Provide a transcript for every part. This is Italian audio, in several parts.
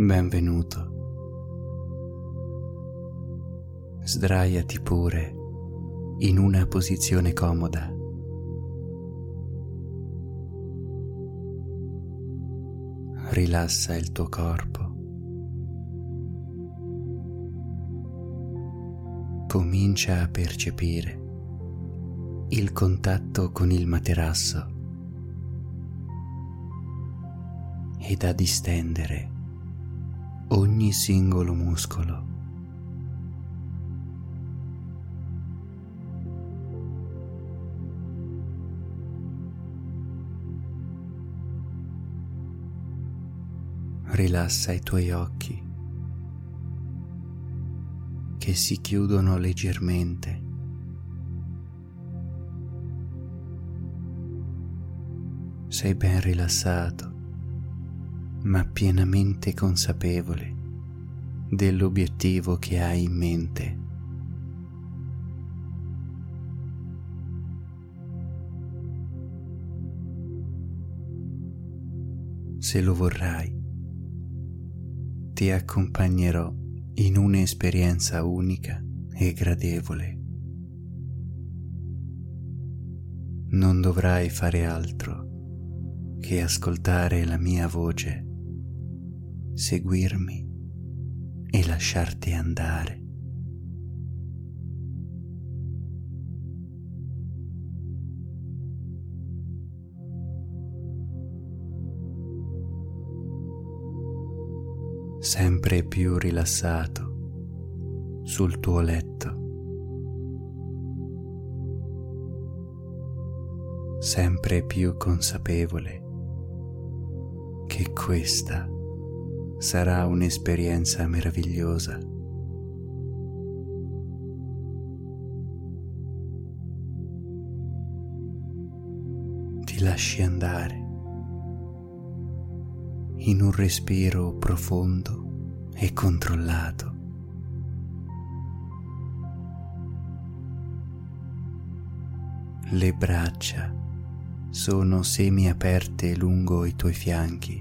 Benvenuto. Sdraiati pure in una posizione comoda. Rilassa il tuo corpo. Comincia a percepire il contatto con il materasso ed a distendere ogni singolo muscolo. Rilassa i tuoi occhi che si chiudono leggermente. Sei ben rilassato, ma pienamente consapevole dell'obiettivo che hai in mente. Se lo vorrai, ti accompagnerò in un'esperienza unica e gradevole. Non dovrai fare altro che ascoltare la mia voce, seguirmi e lasciarti andare. Sempre più rilassato sul tuo letto, sempre più consapevole che questa sarà un'esperienza meravigliosa. Ti lasci andare in un respiro profondo e controllato. Le braccia sono semiaperte lungo i tuoi fianchi,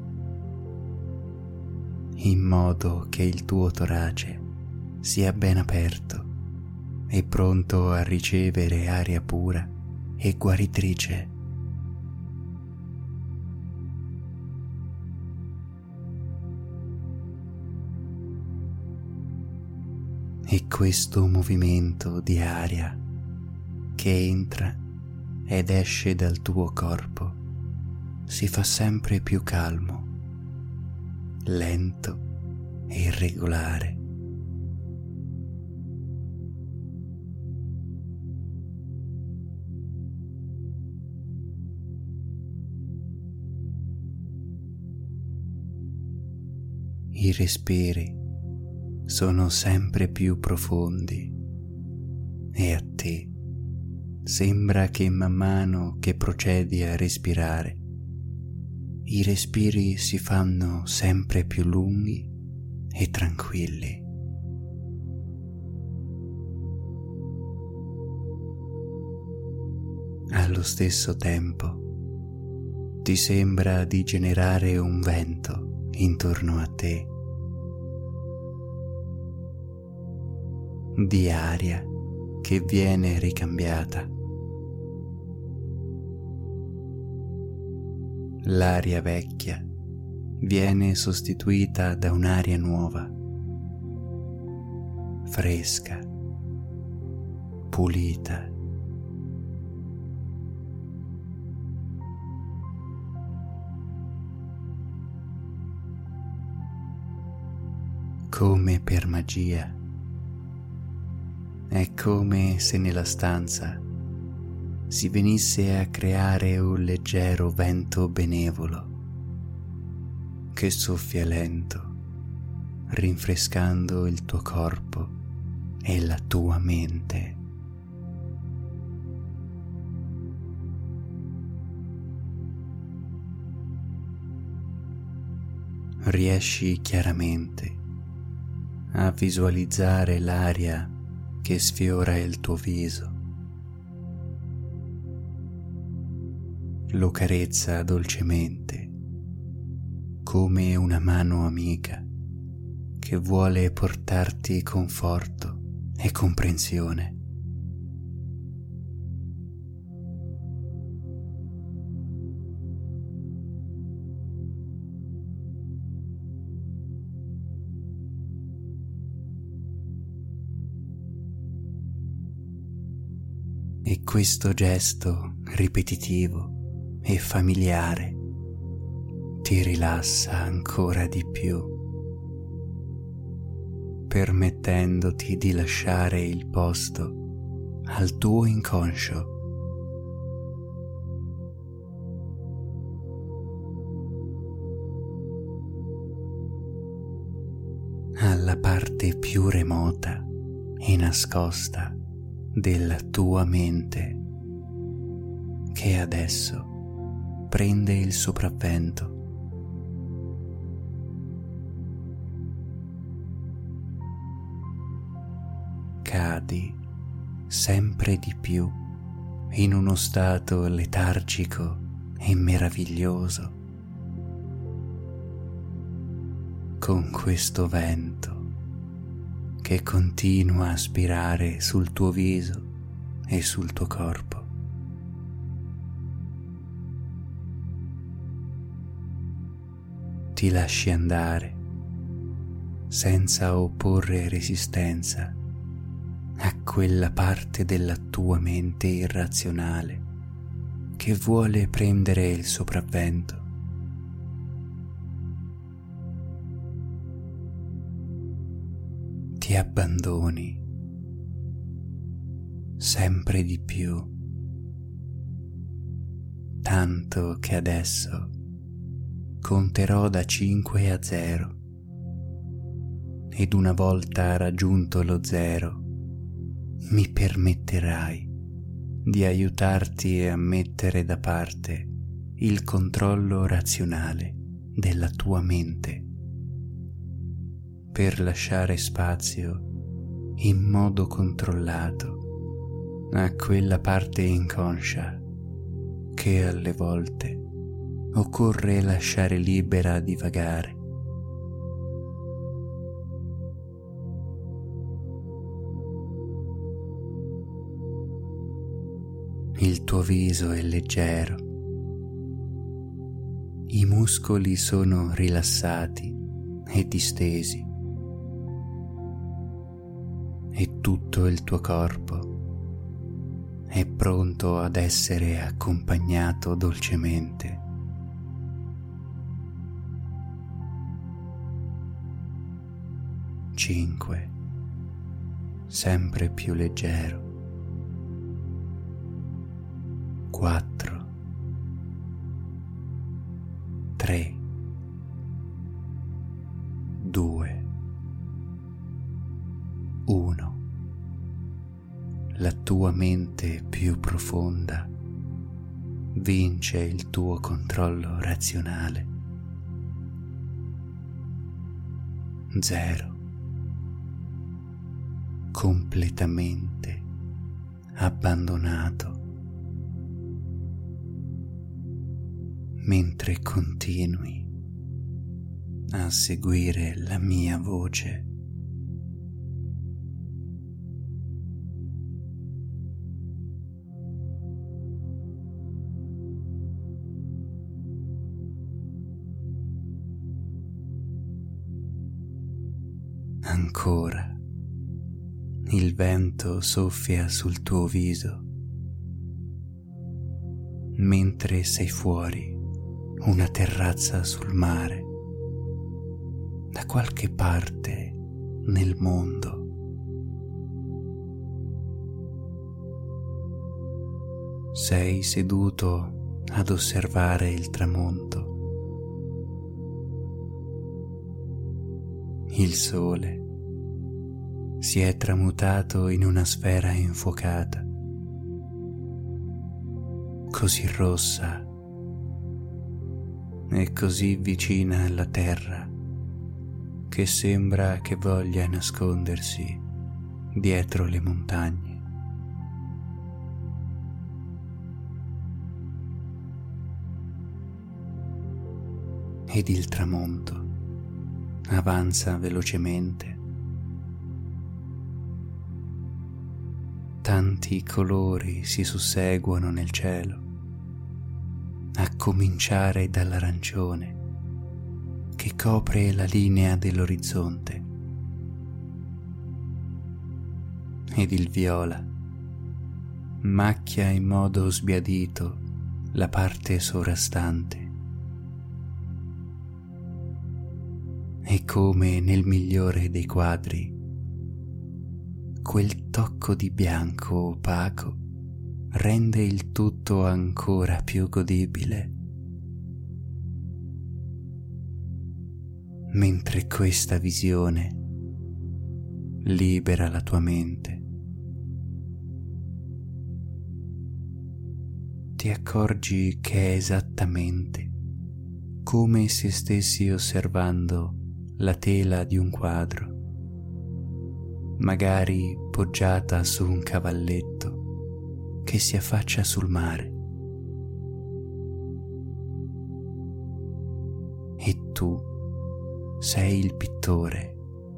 in modo che il tuo torace sia ben aperto e pronto a ricevere aria pura e guaritrice. E questo movimento di aria che entra ed esce dal tuo corpo si fa sempre più calmo, lento e irregolare. I respiri sono sempre più profondi e a te sembra che man mano che procedi a respirare, i respiri si fanno sempre più lunghi e tranquilli. Allo stesso tempo ti sembra di generare un vento intorno a te, di aria che viene ricambiata. L'aria vecchia viene sostituita da un'aria nuova, fresca, pulita. Come per magia. È come se nella stanza si venisse a creare un leggero vento benevolo che soffia lento, rinfrescando il tuo corpo e la tua mente. Riesci chiaramente a visualizzare l'aria che sfiora il tuo viso. Lo carezza dolcemente come una mano amica che vuole portarti conforto e comprensione. E questo gesto ripetitivo e familiare ti rilassa ancora di più, permettendoti di lasciare il posto al tuo inconscio. Alla parte più remota e nascosta della tua mente che adesso prende il sopravvento. Cadi sempre di più in uno stato letargico e meraviglioso, con questo vento che continua a spirare sul tuo viso e sul tuo corpo. Ti lasci andare senza opporre resistenza a quella parte della tua mente irrazionale che vuole prendere il sopravvento. Ti abbandoni sempre di più, tanto che adesso conterò da 5 a 0 ed una volta raggiunto lo 0 mi permetterai di aiutarti a mettere da parte il controllo razionale della tua mente, per lasciare spazio in modo controllato a quella parte inconscia che alle volte occorre lasciare libera a divagare. Il tuo viso è leggero, i muscoli sono rilassati e distesi e tutto il tuo corpo è pronto ad essere accompagnato dolcemente. Cinque, sempre più leggero. 4, 3, 2, 1. La tua mente più profonda vince il tuo controllo razionale. 0. Completamente abbandonato, mentre continui a seguire la mia voce. Ancora, il vento soffia sul tuo viso, mentre sei fuori una terrazza sul mare, da qualche parte nel mondo. Sei seduto ad osservare il tramonto. Il sole si è tramutato in una sfera infuocata, così rossa e così vicina alla terra che sembra che voglia nascondersi dietro le montagne. ed il tramonto avanza velocemente. Tanti colori si susseguono nel cielo, a cominciare dall'arancione che copre la linea dell'orizzonte ed il viola macchia in modo sbiadito la parte sovrastante. E come nel migliore dei quadri, quel tocco di bianco opaco rende il tutto ancora più godibile. Mentre questa visione libera la tua mente, ti accorgi che è esattamente come se stessi osservando la tela di un quadro, magari poggiata su un cavalletto che si affaccia sul mare. E tu sei il pittore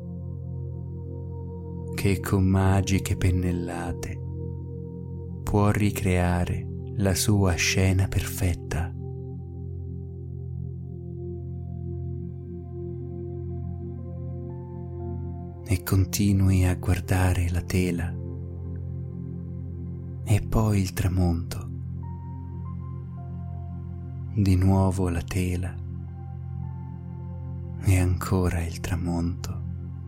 che con magiche pennellate può ricreare la sua scena perfetta. E continui a guardare la tela e poi il tramonto, di nuovo la tela e ancora il tramonto,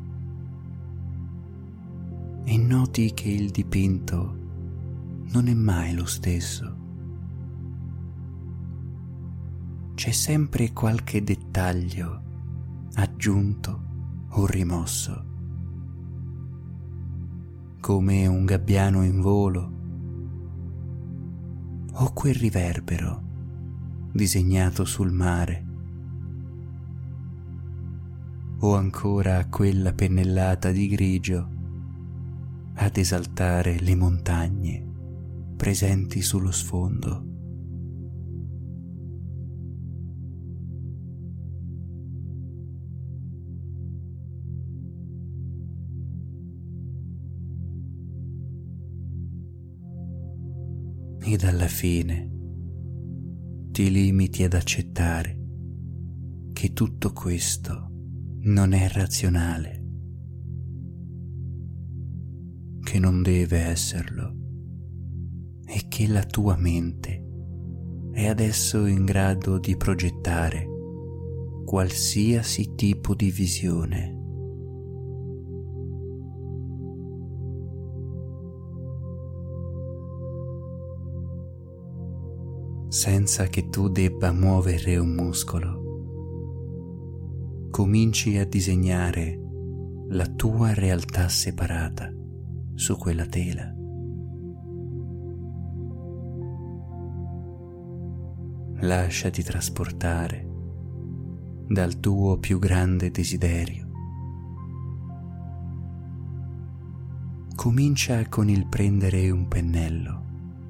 e noti che il dipinto non è mai lo stesso. C'è sempre qualche dettaglio aggiunto o rimosso, come un gabbiano in volo o quel riverbero disegnato sul mare, o ancora quella pennellata di grigio ad esaltare le montagne presenti sullo sfondo. Ed alla fine ti limiti ad accettare che tutto questo non è razionale, che non deve esserlo, e che la tua mente è adesso in grado di progettare qualsiasi tipo di visione. Senza che tu debba muovere un muscolo, cominci a disegnare la tua realtà separata su quella tela. Lasciati trasportare dal tuo più grande desiderio. Comincia con il prendere un pennello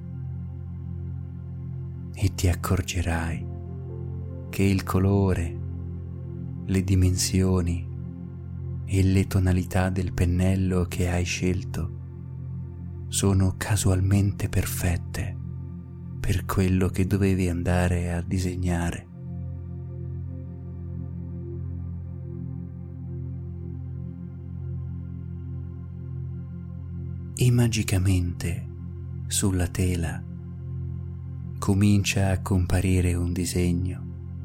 e ti accorgerai che il colore, le dimensioni e le tonalità del pennello che hai scelto sono casualmente perfette per quello che dovevi andare a disegnare. E magicamente sulla tela comincia a comparire un disegno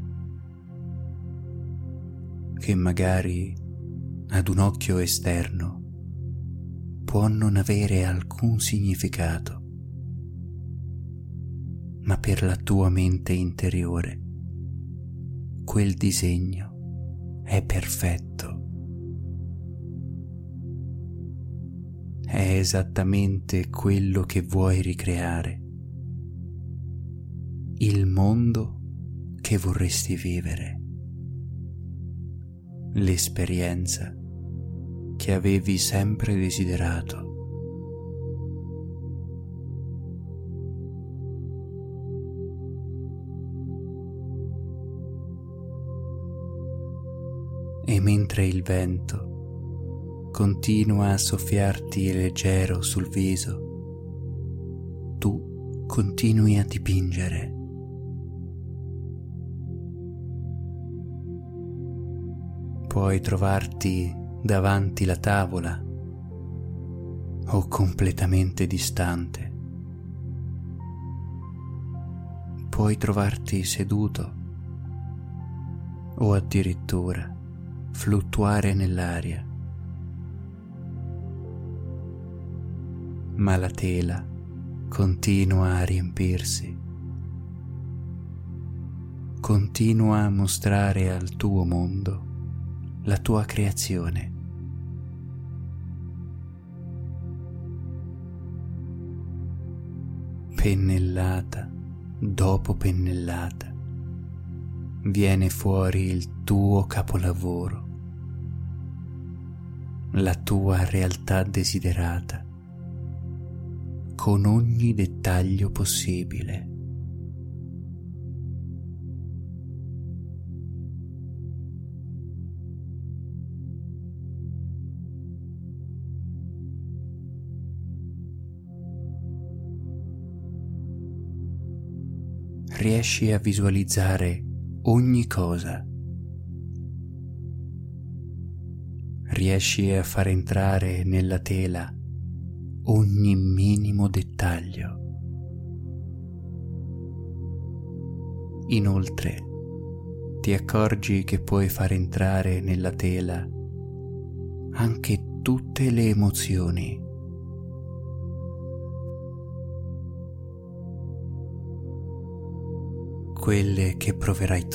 che magari ad un occhio esterno può non avere alcun significato, ma per la tua mente interiore quel disegno è perfetto. È esattamente quello che vuoi ricreare, il mondo che vorresti vivere, l'esperienza che avevi sempre desiderato. E mentre il vento continua a soffiarti leggero sul viso, tu continui a dipingere. Puoi trovarti davanti la tavola o completamente distante. Puoi trovarti seduto o addirittura fluttuare nell'aria. Ma la tela continua a riempirsi, continua a mostrare al tuo mondo la tua creazione. Pennellata dopo pennellata viene fuori il tuo capolavoro, la tua realtà desiderata, con ogni dettaglio possibile. Riesci a visualizzare ogni cosa. Riesci a far entrare nella tela ogni minimo dettaglio. Inoltre, ti accorgi che puoi far entrare nella tela anche tutte le emozioni. Quelle che proverai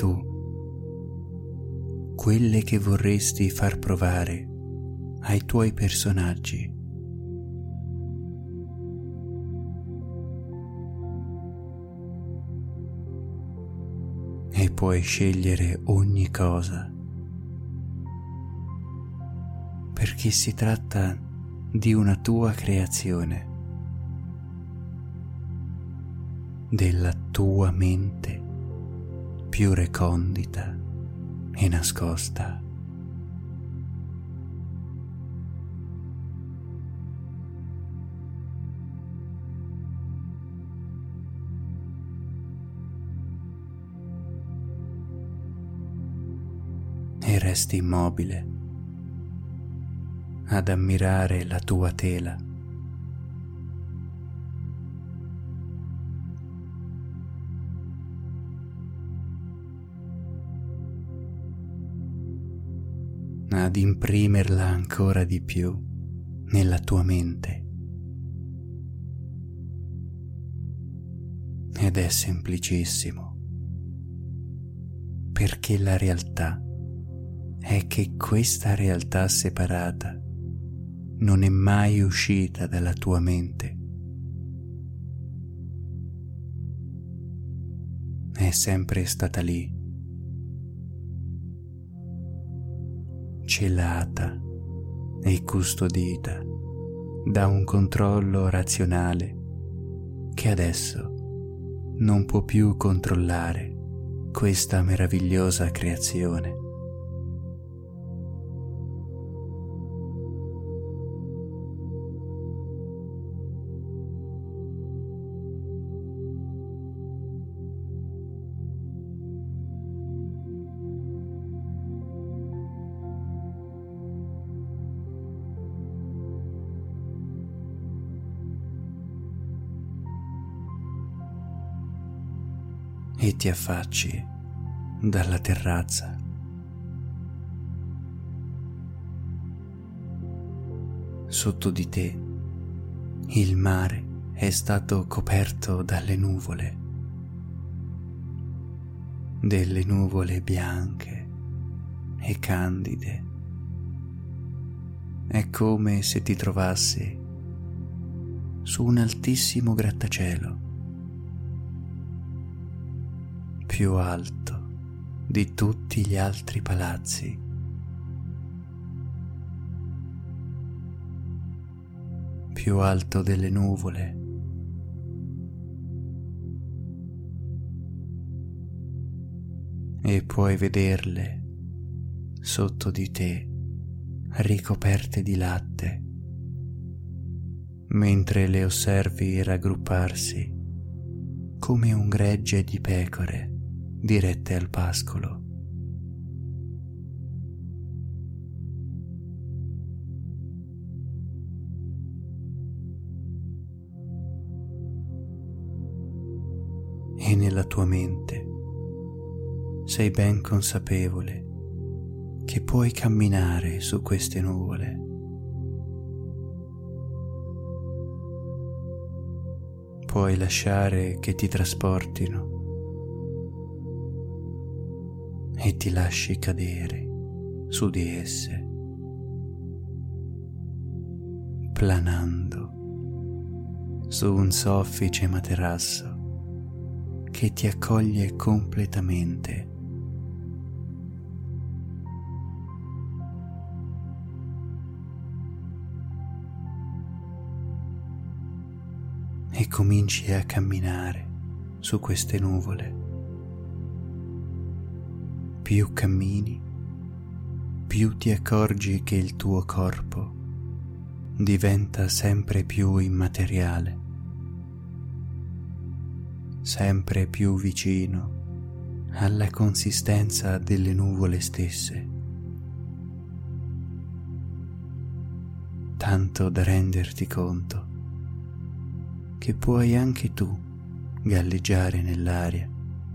tu, quelle che vorresti far provare ai tuoi personaggi. E puoi scegliere ogni cosa, perché si tratta di una tua creazione, della tua mente più recondita e nascosta. E resti immobile ad ammirare la tua tela. Ad imprimerla ancora di più nella tua mente. Ed è semplicissimo, perché la realtà è che questa realtà separata non è mai uscita dalla tua mente. È sempre stata lì, celata e custodita da un controllo razionale che adesso non può più controllare questa meravigliosa creazione. E ti affacci dalla terrazza. Sotto di te il mare è stato coperto dalle nuvole, delle nuvole bianche e candide. È come se ti trovassi su un altissimo grattacielo, più alto di tutti gli altri palazzi. Più alto delle nuvole. E puoi vederle sotto di te ricoperte di latte, mentre le osservi raggrupparsi come un gregge di pecore dirette al pascolo. E nella tua mente sei ben consapevole che puoi camminare su queste nuvole. Puoi lasciare che ti trasportino e ti lasci cadere su di esse, planando su un soffice materasso che ti accoglie completamente. E cominci a camminare su queste nuvole. Più cammini, più ti accorgi che il tuo corpo diventa sempre più immateriale, sempre più vicino alla consistenza delle nuvole stesse, tanto da renderti conto che puoi anche tu galleggiare nell'aria.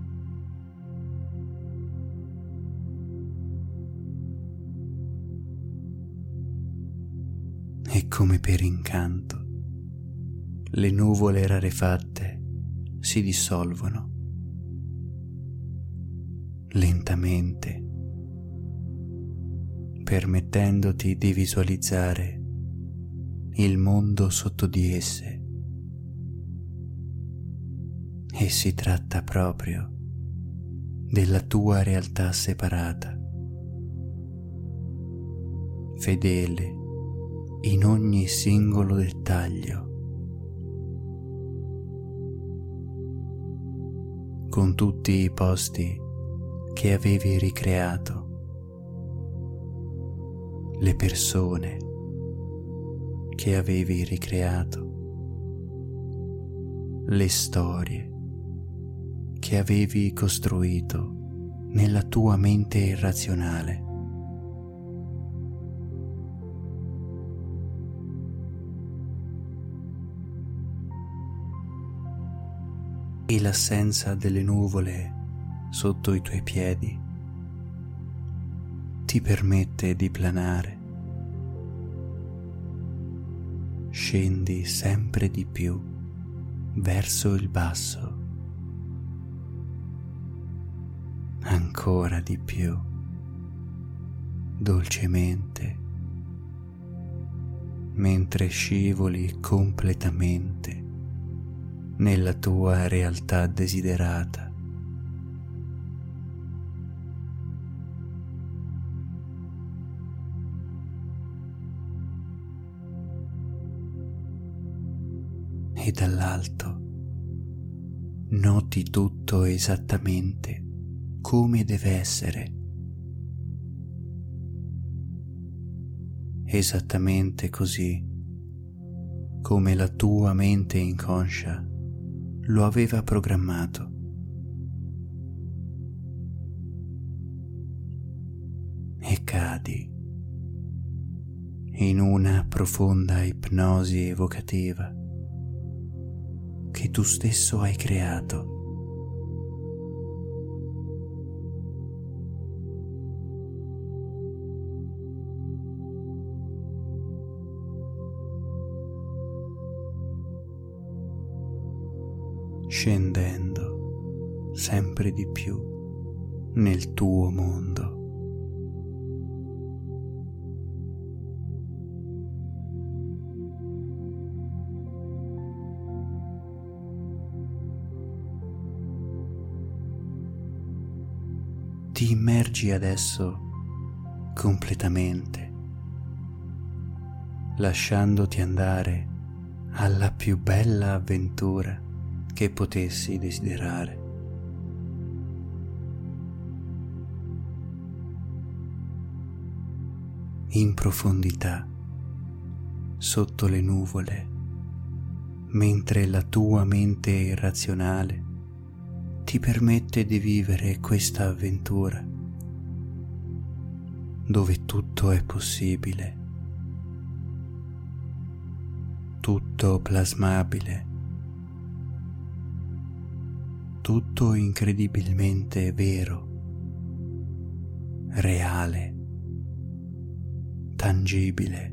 E come per incanto, le nuvole rarefatte si dissolvono lentamente, permettendoti di visualizzare il mondo sotto di esse. E si tratta proprio della tua realtà separata, fedele in ogni singolo dettaglio, con tutti i posti che avevi ricreato, le persone che avevi ricreato, le storie che avevi costruito nella tua mente irrazionale. E l'assenza delle nuvole sotto i tuoi piedi ti permette di planare. Scendi sempre di più verso il basso, ancora di più, dolcemente, mentre scivoli completamente nella tua realtà desiderata. E dall'alto noti tutto esattamente come deve essere, esattamente così come la tua mente inconscia lo aveva programmato. E cadi in una profonda ipnosi evocativa che tu stesso hai creato. Scendendo sempre di più nel tuo mondo. Ti immergi adesso completamente, lasciandoti andare alla più bella avventura che potessi desiderare. in profondità, sotto le nuvole, mentre la tua mente irrazionale ti permette di vivere questa avventura dove tutto è possibile, tutto plasmabile, tutto incredibilmente vero, reale, tangibile,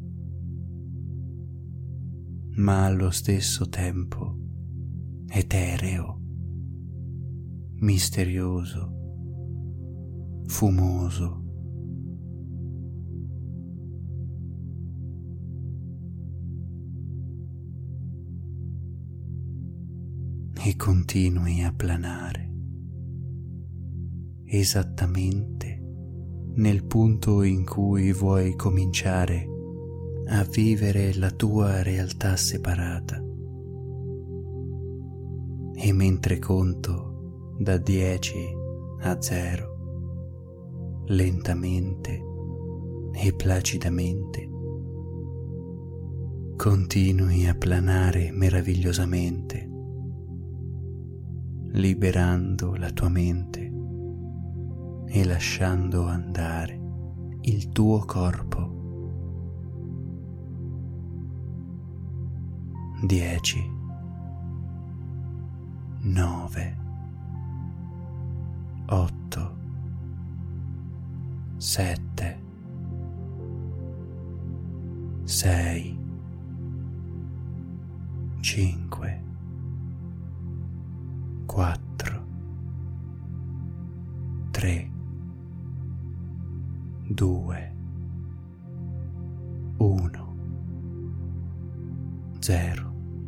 ma allo stesso tempo etereo, misterioso, fumoso. E continui a planare esattamente nel punto in cui vuoi cominciare a vivere la tua realtà separata. E mentre conto da 10 a 0, lentamente e placidamente, continui a planare meravigliosamente, liberando la tua mente e lasciando andare il tuo corpo. 10, 9, 8, 7, 6, 5, 4, 3, 2, 1, 0.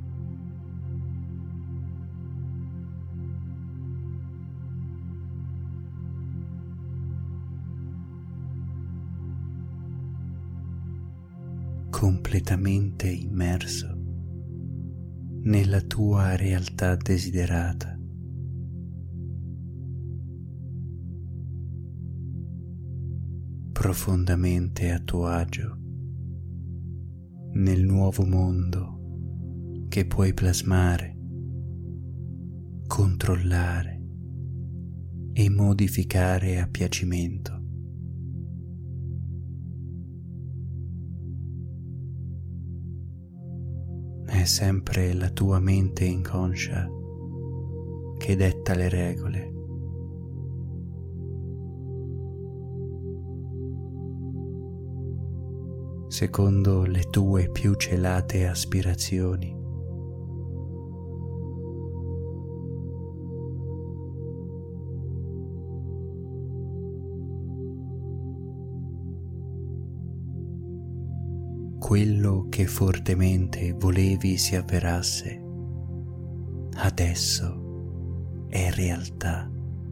Completamente immerso nella tua realtà desiderata. Profondamente a tuo agio nel nuovo mondo che puoi plasmare, controllare e modificare a piacimento. È sempre la tua mente inconscia che detta le regole. Secondo le tue più celate aspirazioni. Quello che fortemente volevi si avverasse, adesso è realtà.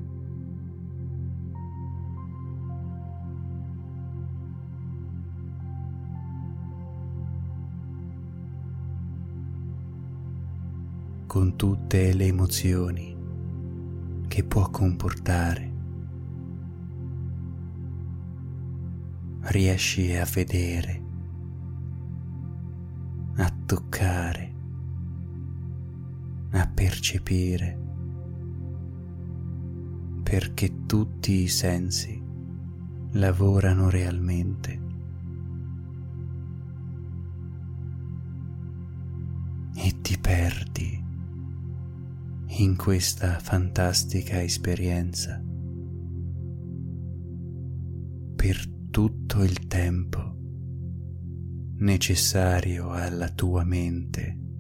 Con tutte le emozioni che può comportare, riesci a vedere, a toccare, a percepire, perché tutti i sensi lavorano realmente. E ti perdi in questa fantastica esperienza per tutto il tempo necessario alla tua mente